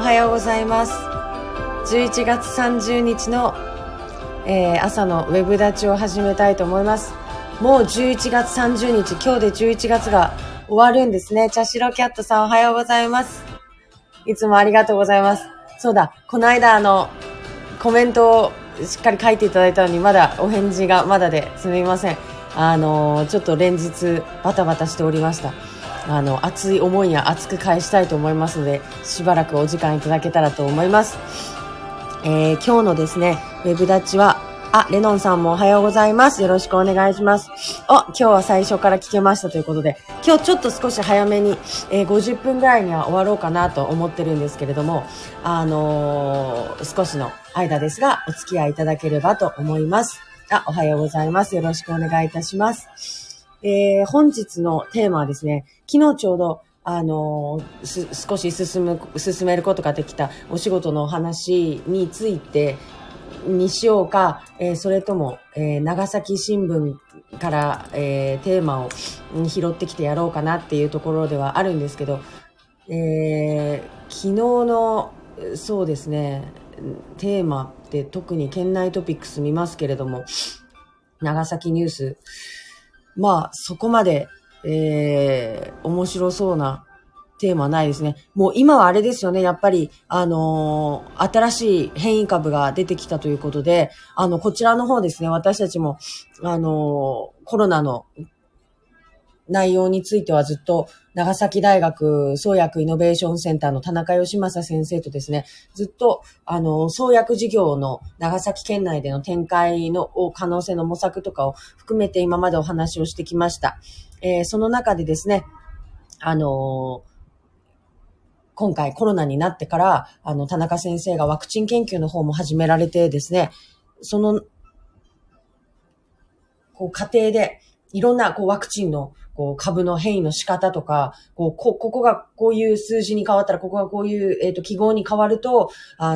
はようございます。11月30日の、朝のウェブ立ちを始めたいと思います。もう11月30日、今日で11月が終わるんですね。茶白キャットさんおはようございます。いつもありがとうございます。そうだ、この間コメントをしっかり書いていただいたのにまだお返事がまだですみません。ちょっと連日バタバタしておりました。熱い思いには熱く返したいと思いますので、しばらくお時間いただけたらと思います。今日のですね、ウェブ立ちは、レノンさんもおはようございます。よろしくお願いします。今日は最初から聞けましたということで、今日ちょっと少し早めに、50分ぐらいには終わろうかなと思ってるんですけれども、少しの間ですが、お付き合いいただければと思います。おはようございます。よろしくお願いいたします。本日のテーマはですね、昨日ちょうど少し進めることができたお仕事の話についてにしようか、それとも、長崎新聞から、テーマを拾ってきてやろうかなっていうところではあるんですけど、昨日のそうですね、テーマって特に県内トピックス見ますけれども、長崎ニュース、そこまで、面白そうなテーマはないですね。もう今はあれですよね。やっぱり、新しい変異株が出てきたということで、こちらの方ですね、私たちも、コロナの内容についてはずっと長崎大学創薬イノベーションセンターの田中義正先生とですね、ずっと創薬事業の長崎県内での展開の可能性の模索とかを含めて今までお話をしてきました。その中でですね、今回コロナになってから、田中先生がワクチン研究の方も始められてですね、その、過程で、いろんな、ワクチンの、株の変異の仕方とか、ここがこういう数字に変わったら、ここがこういう、記号に変わると、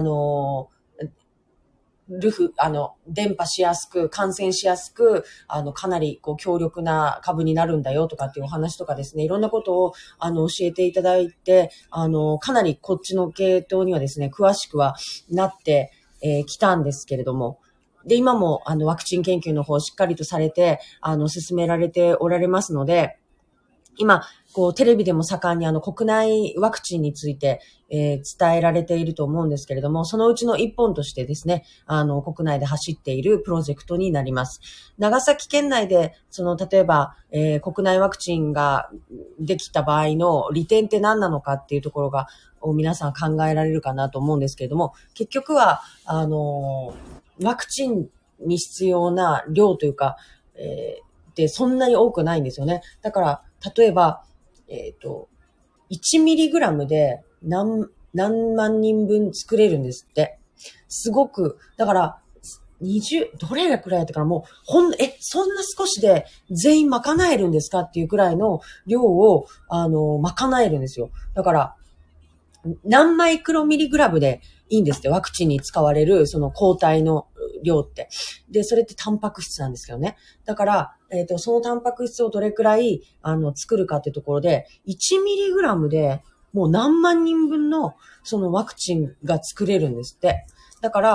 伝播しやすく、感染しやすく、かなり、強力な株になるんだよとかっていうお話とかですね、いろんなことを、教えていただいて、かなりこっちの系統にはですね、詳しくはなって、きたんですけれども、で、今も、ワクチン研究の方しっかりとされて、進められておられますので、今、テレビでも盛んに国内ワクチンについて、伝えられていると思うんですけれども、そのうちの一本としてですね、国内で走っているプロジェクトになります。長崎県内で、例えば、国内ワクチンができた場合の利点って何なのかっていうところが、皆さん考えられるかなと思うんですけれども、結局は、ワクチンに必要な量というか、ってそんなに多くないんですよね。だから、例えば、1ミリグラムで何万人分作れるんですって。すごく、だから、どれくらいやったかな、もう、そんな少しで全員賄えるんですかっていうくらいの量を、賄えるんですよ。だから、何マイクロミリグラムでいいんですって、ワクチンに使われる、その抗体の量って。で、それってタンパク質なんですけどね。だから、そのタンパク質をどれくらい、作るかってところで、1ミリグラムでもう何万人分の、そのワクチンが作れるんですって。だから、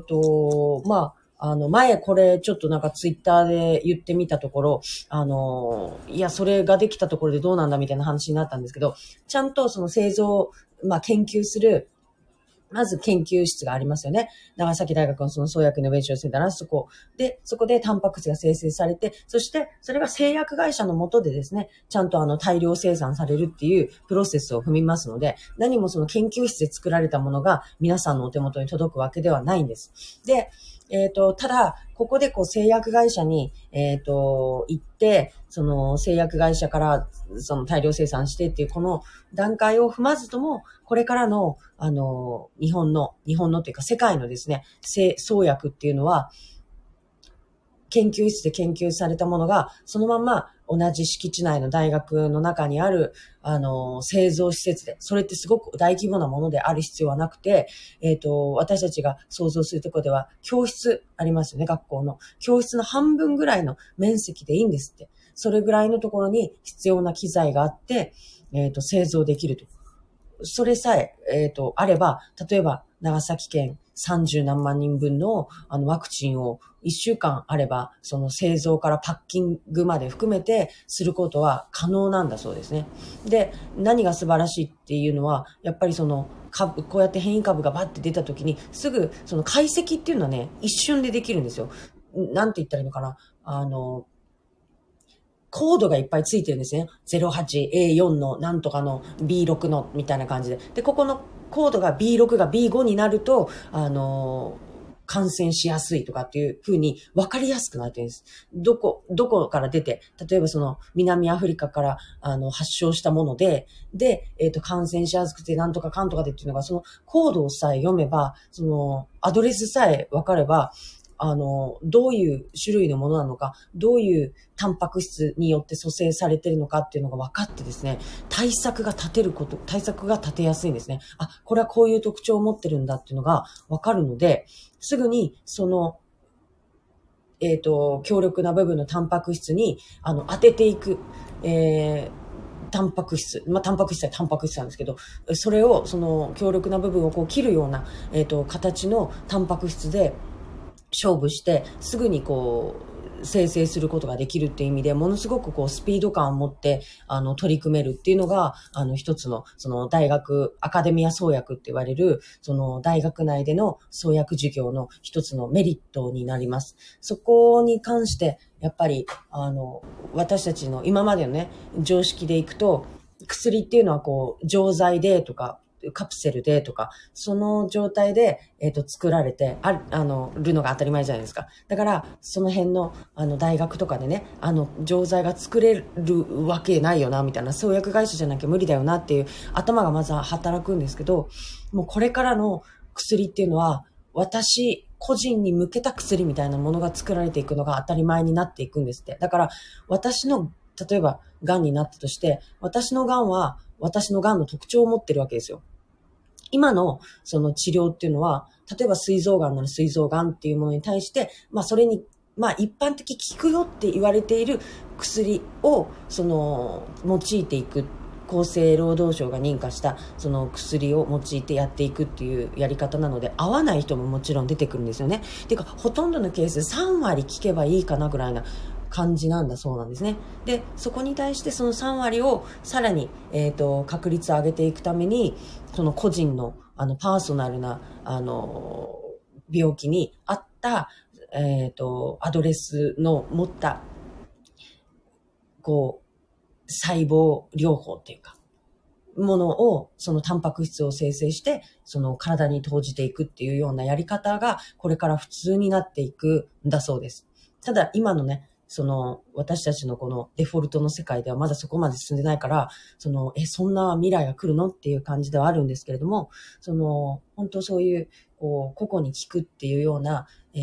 前これちょっとなんかツイッターで言ってみたところ、いや、それができたところでどうなんだみたいな話になったんですけど、ちゃんとその製造、研究する、まず研究室がありますよね。長崎大学のその創薬イノベーションセンターのそこでタンパク質が生成されて、そしてそれが製薬会社の下でですね、ちゃんと大量生産されるっていうプロセスを踏みますので、何もその研究室で作られたものが皆さんのお手元に届くわけではないんです。で、ただ、ここで製薬会社に、行って、その製薬会社からその大量生産してっていうこの段階を踏まずとも、これからの、日本のというか世界のですね、創薬っていうのは、研究室で研究されたものが、そのまま同じ敷地内の大学の中にある、製造施設で、それってすごく大規模なものである必要はなくて、私たちが想像するところでは、教室ありますよね、学校の。教室の半分ぐらいの面積でいいんですって。それぐらいのところに必要な機材があって、製造できると。 それさえ、あれば、例えば、長崎県30何万人分の、ワクチンを1週間あれば、その製造からパッキングまで含めてすることは可能なんだそうですね。で、何が素晴らしいっていうのは、やっぱりその、こうやって変異株がバッて出た時に、すぐ、その解析っていうのはね、一瞬でできるんですよ。なんて言ったらいいのかな。コードがいっぱいついてるんですね。08A4 のなんとかの B6 のみたいな感じで。で、ここのコードが B6 が B5 になると、感染しやすいとかっていう風に分かりやすくなってるんです。どこから出て、例えばその南アフリカから発症したもので、感染しやすくてなんとかかんとかでっていうのが、そのコードをさえ読めば、そのアドレスさえ分かれば、どういう種類のものなのか、どういうタンパク質によって組成されているのかっていうのが分かってですね、対策が立てやすいんですね。あ、これはこういう特徴を持ってるんだっていうのが分かるので、すぐにその、強力な部分のタンパク質に、当てていく、タンパク質はタンパク質なんですけど、それを、その強力な部分をこう切るような、形のタンパク質で、勝負してすぐにこう生成することができるっていう意味でものすごくこうスピード感を持って取り組めるっていうのが一つのその大学アカデミア創薬って言われるその大学内での創薬授業の一つのメリットになります。そこに関してやっぱり私たちの今までのね常識でいくと薬っていうのはこう錠剤でとかカプセルでとか、その状態で、作られてるのが当たり前じゃないですか。だから、その辺の、大学とかでね、錠剤が作れるわけないよな、みたいな、創薬会社じゃなきゃ無理だよなっていう頭がまずは働くんですけど、もうこれからの薬っていうのは、私個人に向けた薬みたいなものが作られていくのが当たり前になっていくんですって。だから、例えば、癌になったとして、私の癌は、私の癌の特徴を持ってるわけですよ。今のその治療っていうのは、例えば膵臓癌なら膵臓癌っていうものに対して、それに、一般的効くよって言われている薬を、用いていく。厚生労働省が認可したその薬を用いてやっていくっていうやり方なので、合わない人ももちろん出てくるんですよね。てか、ほとんどのケース3割効けばいいかなぐらいな感じなんだそうなんですね。で、そこに対してその3割をさらに、確率を上げていくために、その個人の、パーソナルな、病気に合った、アドレスの持った、こう、細胞療法っていうか、ものを、そのタンパク質を生成して、その体に投じていくっていうようなやり方が、これから普通になっていくんだそうです。ただ、今のね、私たちのこのデフォルトの世界ではまだそこまで進んでないから、そんな未来が来るのっていう感じではあるんですけれども、本当そういう、個々に効くっていうような、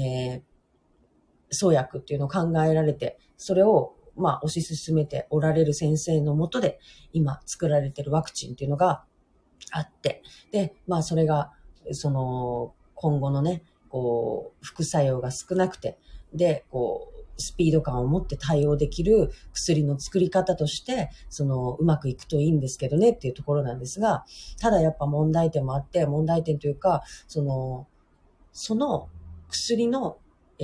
創薬っていうのを考えられて、それを、推し進めておられる先生のもとで、今作られているワクチンっていうのがあって、で、それが、今後のね、副作用が少なくて、で、スピード感を持って対応できる薬の作り方として、うまくいくといいんですけどねっていうところなんですが、ただやっぱ問題点もあって、問題点というか、その薬の、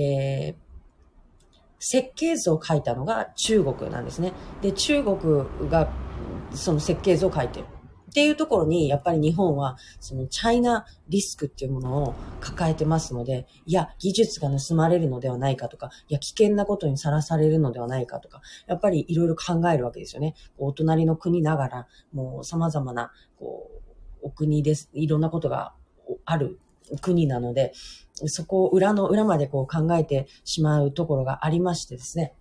設計図を書いたのが中国なんですね。で、中国がその設計図を書いてる。っていうところに、やっぱり日本は、そのチャイナリスクっていうものを抱えてますので、いや、技術が盗まれるのではないかとか、いや、危険なことにさらされるのではないかとか、やっぱりいろいろ考えるわけですよね。お隣の国ながら、もう様々な、お国です。いろんなことがある国なので、そこを裏の裏まで考えてしまうところがありましてですね。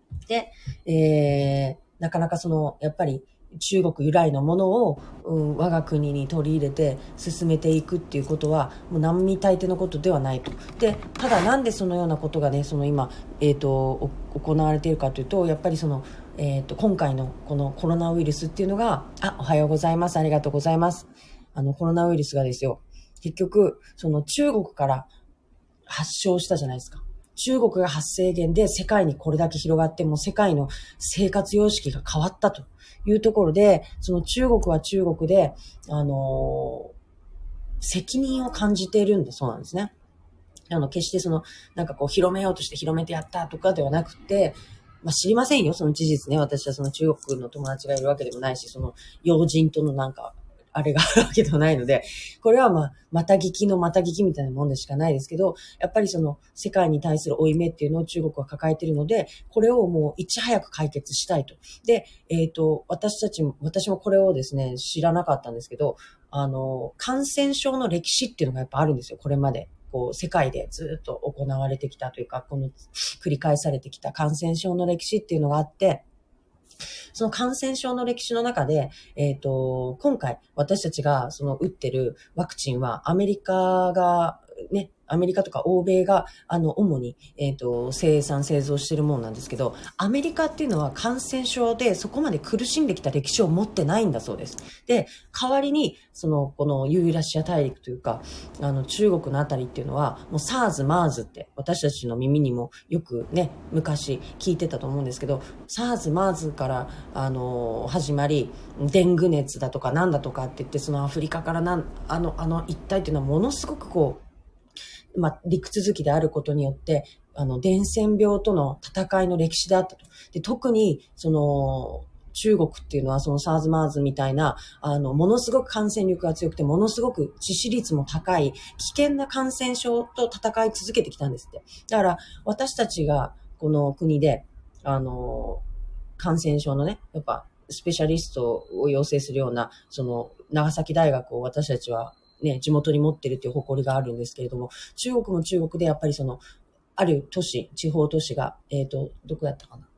で、なかなかやっぱり中国由来のものを、我が国に取り入れて進めていくっていうことは、もう並大抵のことではないと。で、ただなんでそのようなことがね、今、行われているかというと、やっぱり今回のこのコロナウイルスっていうのが、おはようございます。ありがとうございます。コロナウイルスがですよ、結局、中国から発症したじゃないですか。 中国が発生源で世界にこれだけ広がって、もう世界の生活様式が変わったというところで、その中国は中国で、責任を感じているんだそうなんですね。決してなんかこう広めようとして広めてやったとかではなくて、知りませんよ、その事実ね。私はその中国の友達がいるわけでもないし、その要人とのなんか、あれがあるわけではないので、これはまた聞きのまた聞きみたいなもんでしかないですけど、やっぱりその世界に対する負い目っていうのを中国は抱えているので、これをもういち早く解決したいと。で、私もこれをですね、知らなかったんですけど、感染症の歴史っていうのがやっぱあるんですよ、これまで。世界でずっと行われてきたというか、繰り返されてきた感染症の歴史っていうのがあって、その感染症の歴史の中で、今回私たちが打ってるワクチンはアメリカとか欧米が、主に、生産、製造しているものなんですけど、アメリカっていうのは感染症でそこまで苦しんできた歴史を持ってないんだそうです。で、代わりに、このユーラシア大陸というか、中国のあたりっていうのは、もう SARS、MERS って私たちの耳にもよくね、昔聞いてたと思うんですけど、SARS、MERS から、始まり、デング熱だとかなんだとかって言って、そのアフリカから一帯っていうのはものすごく陸続きであることによって、伝染病との戦いの歴史であったと。で、特に、中国っていうのはその SARS、MERS みたいな、ものすごく感染力が強くて、ものすごく致死率も高い、危険な感染症と戦い続けてきたんですって。だから、私たちがこの国で、感染症のね、やっぱ、スペシャリストを養成するような、長崎大学を私たちは、ね、地元に持ってるっていう誇りがあるんですけれども、中国も中国でやっぱりある都市、地方都市が、どこやったかな、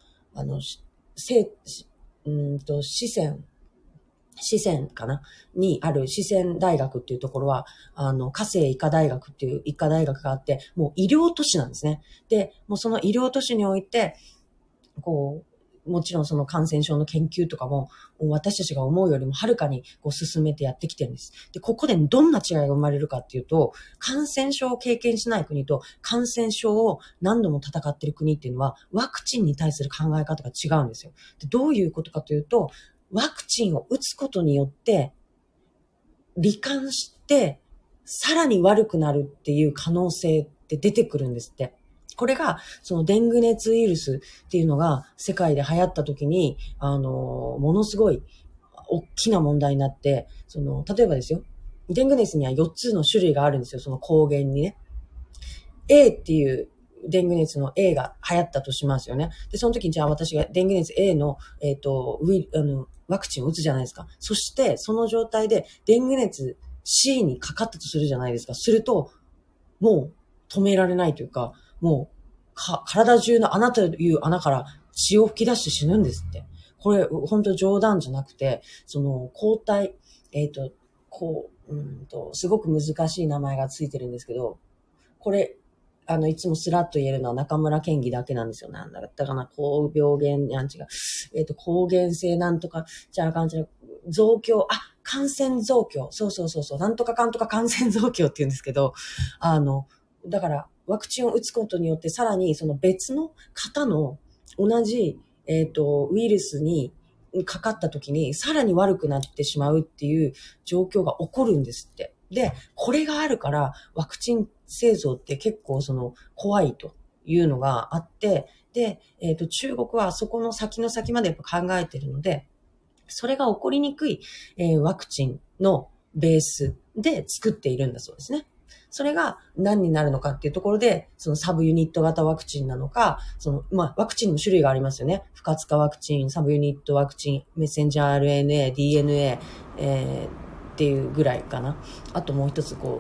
四川かなにある四川大学っていうところは、華西医科大学っていう医科大学があって、もう医療都市なんですね。で、もうその医療都市において、もちろんその感染症の研究とかも私たちが思うよりもはるかに進めてやってきてるんです。で、ここでどんな違いが生まれるかっていうと、感染症を経験しない国と感染症を何度も戦っている国っていうのはワクチンに対する考え方が違うんですよ。で、どういうことかというと、ワクチンを打つことによって罹患してさらに悪くなるっていう可能性って出てくるんですって。これが、デング熱ウイルスっていうのが世界で流行った時に、ものすごい大きな問題になって、例えばですよ、デング熱には4つの種類があるんですよ、その抗原にね。A っていうデング熱の A が流行ったとしますよね。で、その時にじゃあ私がデング熱 A の、ワクチンを打つじゃないですか。そして、その状態でデング熱 C にかかったとするじゃないですか。すると、もう止められないというか、もう体中の穴という穴から血を吹き出して死ぬんですって。これ、本当冗談じゃなくて、抗体、すごく難しい名前がついてるんですけど、これ、いつもスラッと言えるのは中村健義だけなんですよ。なんだったかな、抗病原、抗原性なんとか、増強、感染増強。そう。なんとかかんとか感染増強って言うんですけど、だから、ワクチンを打つことによって、さらにその別の方の同じ、ウイルスにかかった時に、さらに悪くなってしまうっていう状況が起こるんですって。で、これがあるから、ワクチン製造って結構怖いというのがあって、で、中国はそこの先の先までやっぱ考えてるので、それが起こりにくい、ワクチンのベースで作っているんだそうですね。それが何になるのかっていうところで、サブユニット型ワクチンなのか、ワクチンの種類がありますよね。不活化ワクチン、サブユニットワクチン、メッセンジャー RNA、DNA、っていうぐらいかな。あともう一つこ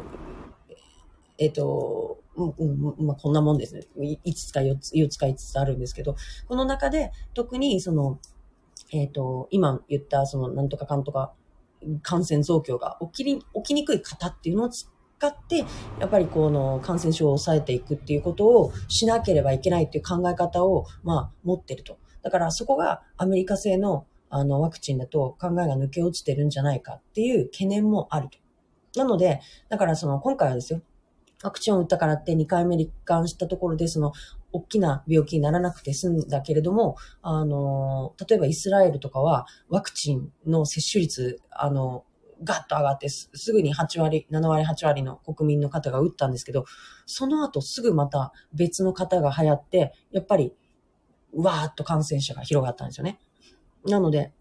んなもんですね。5つか4つか5つあるんですけど、この中で特に今言ったなんとかかんとか感染増強が起きにくい方っていうのを使って、やっぱり感染症を抑えていくっていうことをしなければいけないっていう考え方を、持ってると。だからそこがアメリカ製のワクチンだと考えが抜け落ちてるんじゃないかっていう懸念もあると。なので、だから今回はですよ、 ワクチンを打ったからって2回目罹患したところで、大きな病気にならなくて済んだけれども、例えばイスラエルとかはワクチンの接種率、ガッと上がってすぐに8割、7割、8割の国民の方が打ったんですけど、その後すぐまた別の方が流行って、やっぱり、わーっと感染者が広がったんですよね。なので、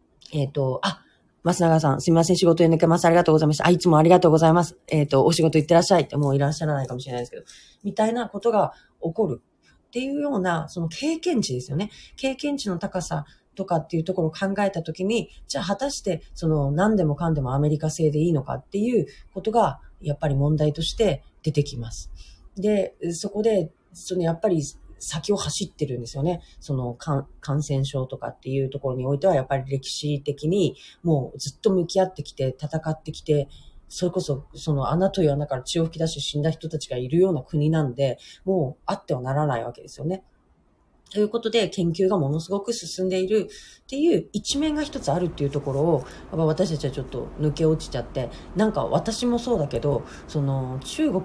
増永さん、すみません、仕事に抜けます。ありがとうございました。いつもありがとうございます。お仕事行ってらっしゃいって、もういらっしゃらないかもしれないですけど、みたいなことが起こるっていうような、その経験値ですよね。経験値の高さとかっていうところを考えたときに、じゃあ果たして、何でもかんでもアメリカ製でいいのかっていうことが、やっぱり問題として出てきます。で、そこで、やっぱり、先を走ってるんですよね。感染症とかっていうところにおいては、やっぱり歴史的にもうずっと向き合ってきて、戦ってきて、それこそ、穴という穴から血を吹き出して死んだ人たちがいるような国なんで、もうあってはならないわけですよね。ということで、研究がものすごく進んでいるっていう一面が一つあるっていうところを、私たちはちょっと抜け落ちちゃって、なんか私もそうだけど、中国って、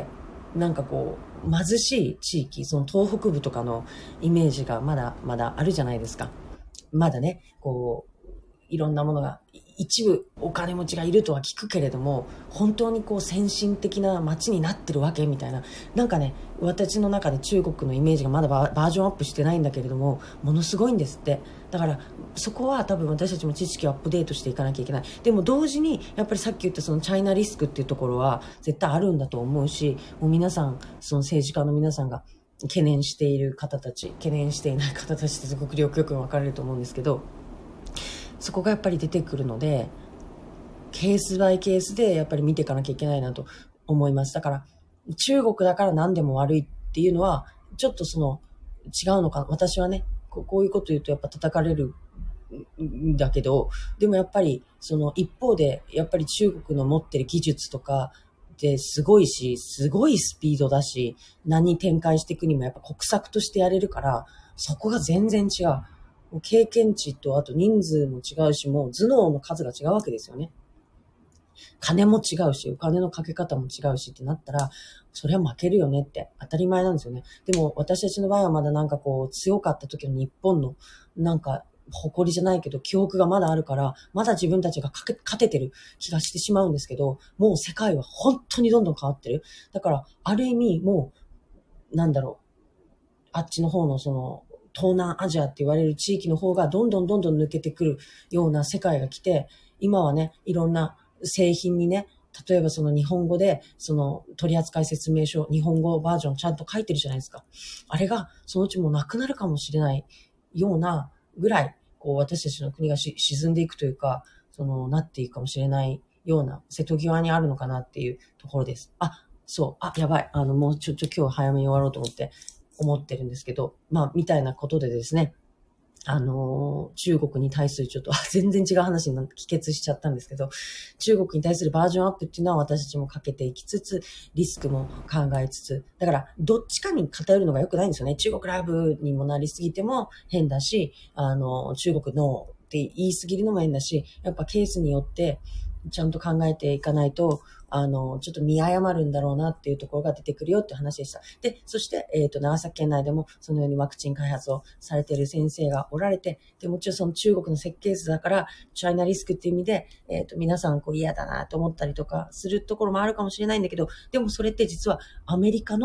なんかこう、貧しい地域、東北部とかのイメージがまだまだあるじゃないですか。まだね、こう、いろんなものが、一部お金持ちがいるとは聞くけれども、本当にこう先進的な街になってるわけみたいな。なんかね、私の中で中国のイメージがまだバージョンアップしてないんだけれども、ものすごいんですって。だから、そこは多分私たちも知識をアップデートしていかなきゃいけない。でも同時に、やっぱりさっき言ったチャイナリスクっていうところは絶対あるんだと思うし、もう皆さん、政治家の皆さんが懸念している方たち、懸念していない方たちってすごくよく分かれると思うんですけど、そこがやっぱり出てくるので、ケースバイケースでやっぱり見ていかなきゃいけないなと思います。だから、中国だから何でも悪いっていうのは、ちょっと違うのか。私はね、こういうこと言うとやっぱ叩かれるんだけど、でもやっぱり、一方で、やっぱり中国の持ってる技術とかってすごいし、すごいスピードだし、何展開していくにもやっぱ国策としてやれるから、そこが全然違う。経験値とあと人数も違うし、もう頭脳の数が違うわけですよね。金も違うし、お金のかけ方も違うしってなったら、それは負けるよねって当たり前なんですよね。でも私たちの場合はまだなんかこう強かった時の日本のなんか誇りじゃないけど記憶がまだあるから、まだ自分たちが勝ててる気がしてしまうんですけど、もう世界は本当にどんどん変わってる。だからある意味もう、あっちの方の東南アジアって言われる地域の方がどんどん抜けてくるような世界が来て、今はね、いろんな製品にね、例えば日本語で取扱説明書、日本語バージョンちゃんと書いてるじゃないですか。あれがそのうちもうなくなるかもしれないようなぐらい、こう私たちの国が沈んでいくというか、なっていくかもしれないような瀬戸際にあるのかなっていうところです。やばい。もう今日早めに終わろうと思ってるんですけど、みたいなことでですね、中国に対する全然違う話に帰結しちゃったんですけど、中国に対するバージョンアップっていうのは私たちもかけていきつつ、リスクも考えつつ、だから、どっちかに偏るのが良くないんですよね。中国ラブにもなりすぎても変だし、中国のって言い過ぎるのも変だし、やっぱケースによって、ちゃんと考えていかないと、ちょっと見誤るんだろうなっていうところが出てくるよっていう話でした。で、そして、長崎県内でもそのようにワクチン開発をされている先生がおられて、で、もちろん中国の設計図だから、チャイナリスクっていう意味で、皆さん嫌だなと思ったりとかするところもあるかもしれないんだけど、でもそれって実はアメリカ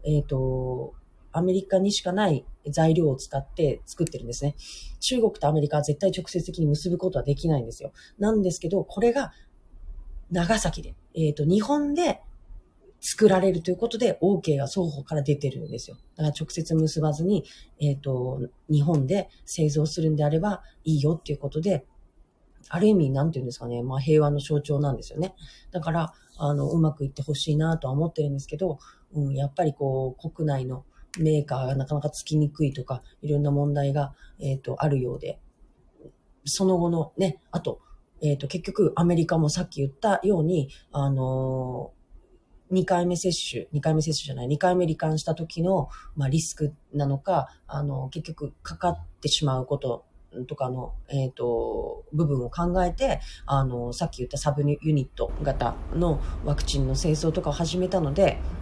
にしかない材料を使って作ってるんですね。中国とアメリカは絶対直接的に結ぶことはできないんですよ。なんですけど、これが長崎で、日本で作られるということで OK が双方から出てるんですよ。だから直接結ばずに、日本で製造するんであればいいよっていうことで、ある意味、なんていうんですかね、平和の象徴なんですよね。だから、うまくいってほしいなとは思ってるんですけど、やっぱり国内のメーカーがなかなかつきにくいとか、いろんな問題が、あるようで、その後のね、あと、結局アメリカもさっき言ったように、2回目罹患した時の、リスクなのか、結局かかってしまうこととかの、部分を考えて、さっき言ったサブユニット型のワクチンの製造とかを始めたので、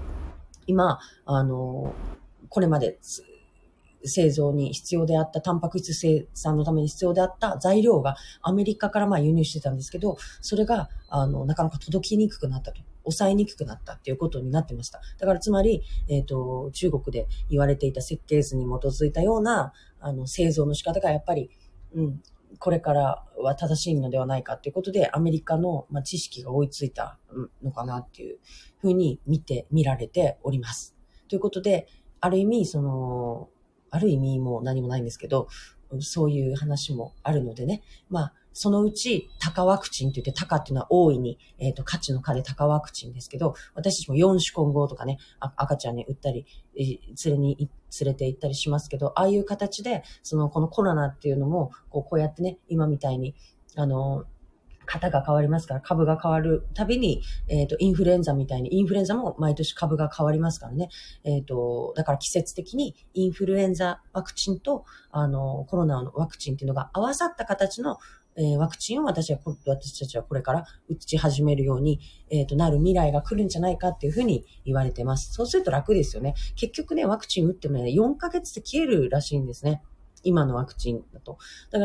今、これまで製造に必要であったタンパク質生産のために必要であった材料がアメリカから輸入してたんですけど、それがなかなか届きにくくなったと、抑えにくくなったっていうことになってました。だからつまり、中国で言われていた設計図に基づいたような製造の仕方がやっぱり、これからは正しいのではないかということで、アメリカの知識が追いついたのかなっていうふうに見られております。ということで、ある意味もう何もないんですけど、そういう話もあるのでね。そのうち、タカワクチンといって、タカっていうのは大いに、価値の価でタカワクチンですけど、私たちも4種混合とかね、赤ちゃんに打ったり、連れて行ったりしますけど、ああいう形で、このコロナっていうのも、こうやってね、今みたいに、型が変わりますから、株が変わるたびに、インフルエンザみたいに、インフルエンザも毎年株が変わりますからね。だから季節的にインフルエンザワクチンと、コロナのワクチンっていうのが合わさった形の、ワクチンを私たちはこれから打ち始めるように、なる未来が来るんじゃないかっていうふうに言われてます。そうすると楽ですよね。結局ね、ワクチン打ってもね、4ヶ月で消えるらしいんですね。今のワクチンだと。だから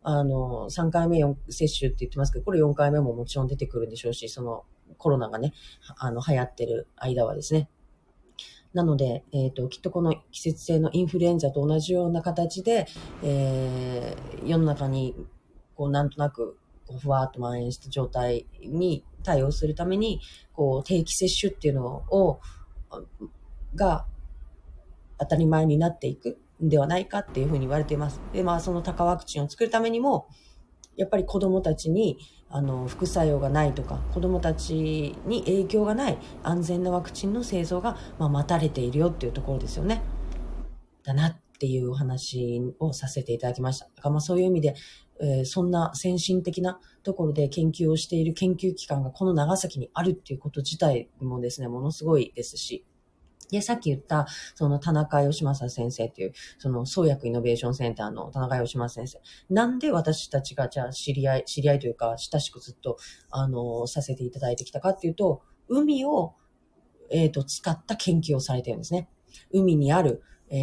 、3回目接種って言ってますけど、これ4回目ももちろん出てくるんでしょうし、コロナがね、流行ってる間はですね。なので、きっとこの季節性のインフルエンザと同じような形で、世の中に、なんとなく、ふわーっと蔓延した状態に対応するために、定期接種っていうのが当たり前になっていくんではないかっていうふうに言われています。で、そのタカワクチンを作るためにも、やっぱり子供たちに副作用がないとか、子供たちに影響がない安全なワクチンの製造が、待たれているよっていうところですよね。だなっていうお話をさせていただきました。だからそういう意味で、そんな先進的なところで研究をしている研究機関がこの長崎にあるっていうこと自体もですね、ものすごいですし、で、さっき言った、田中義正先生っていう、創薬イノベーションセンターの田中義正先生。なんで私たちが、じゃあ知り合いというか、親しくずっと、させていただいてきたかっていうと、海を、使った研究をされてるんですね。海にある、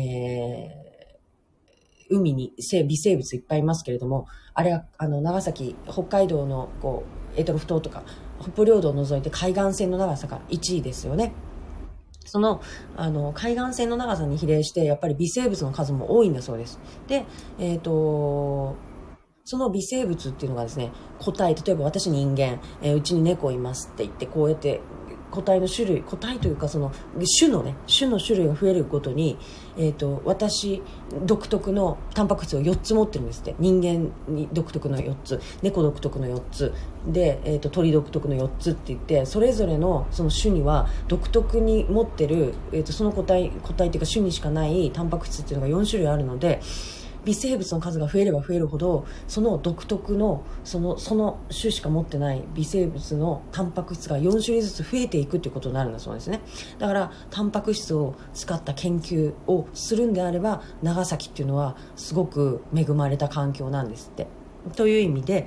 海に微生物いっぱいいますけれども、あれは、長崎、北海道の、択捉島とか、北方領土を除いて海岸線の長さが1位ですよね。海岸線の長さに比例して、やっぱり微生物の数も多いんだそうです。で、その微生物っていうのがですね、個体、例えば私人間、うちに猫いますって言って、こうやって個体というか種の種類が増えるごとに、私独特のタンパク質を4つ持ってるんですって。人間に独特の4つ、猫独特の4つで、鳥独特の4つって言って、それぞれのその種には独特に持ってる、その個体っていうか種にしかないタンパク質っていうのが4種類あるので、微生物の数が増えれば増えるほど、その独特のその種しか持ってない微生物のタンパク質が4種類ずつ増えていくということになるんだそうですね。だからタンパク質を使った研究をするんであれば、長崎っていうのはすごく恵まれた環境なんですって。という意味で、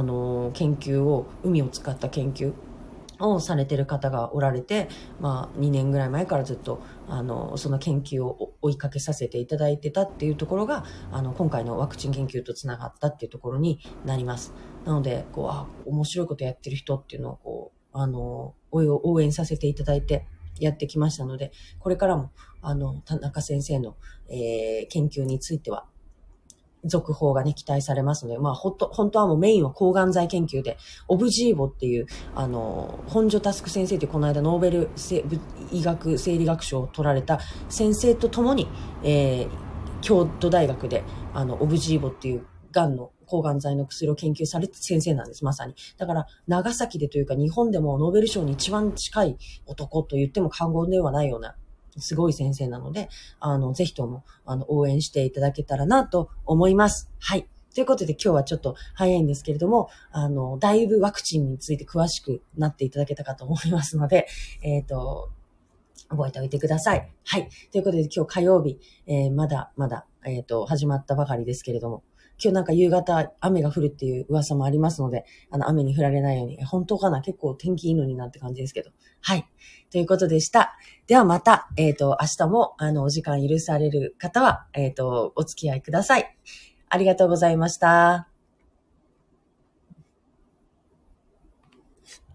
海を使った研究をされている方がおられて、2年ぐらい前からずっとその研究を追いかけさせていただいてたっていうところが今回のワクチン研究とつながったっていうところになります。なので面白いことやってる人っていうのを応援させていただいてやってきましたので、これからも田中先生の、研究については続報がね、期待されますので、本当はもうメインは抗がん剤研究で、オブジーボっていう、本庶佑先生というこの間ノーベル生理学賞を取られた先生と共に、京都大学で、オブジーボっていう癌の抗がん剤の薬を研究されて先生なんです、まさに。だから、長崎でというか日本でもノーベル賞に一番近い男と言っても過言ではないような、すごい先生なので、ぜひとも、応援していただけたらなと思います。はい。ということで今日はちょっと早いんですけれども、だいぶワクチンについて詳しくなっていただけたかと思いますので、覚えておいてください。はい。ということで今日火曜日、まだ、始まったばかりですけれども、 今日なんか夕方雨が降るっていう噂もありますので、雨に降られないように。本当かな？結構天気いいのになって感じですけど。はい。ということでした。ではまた、明日も、お時間許される方は、お付き合いください。ありがとうございました。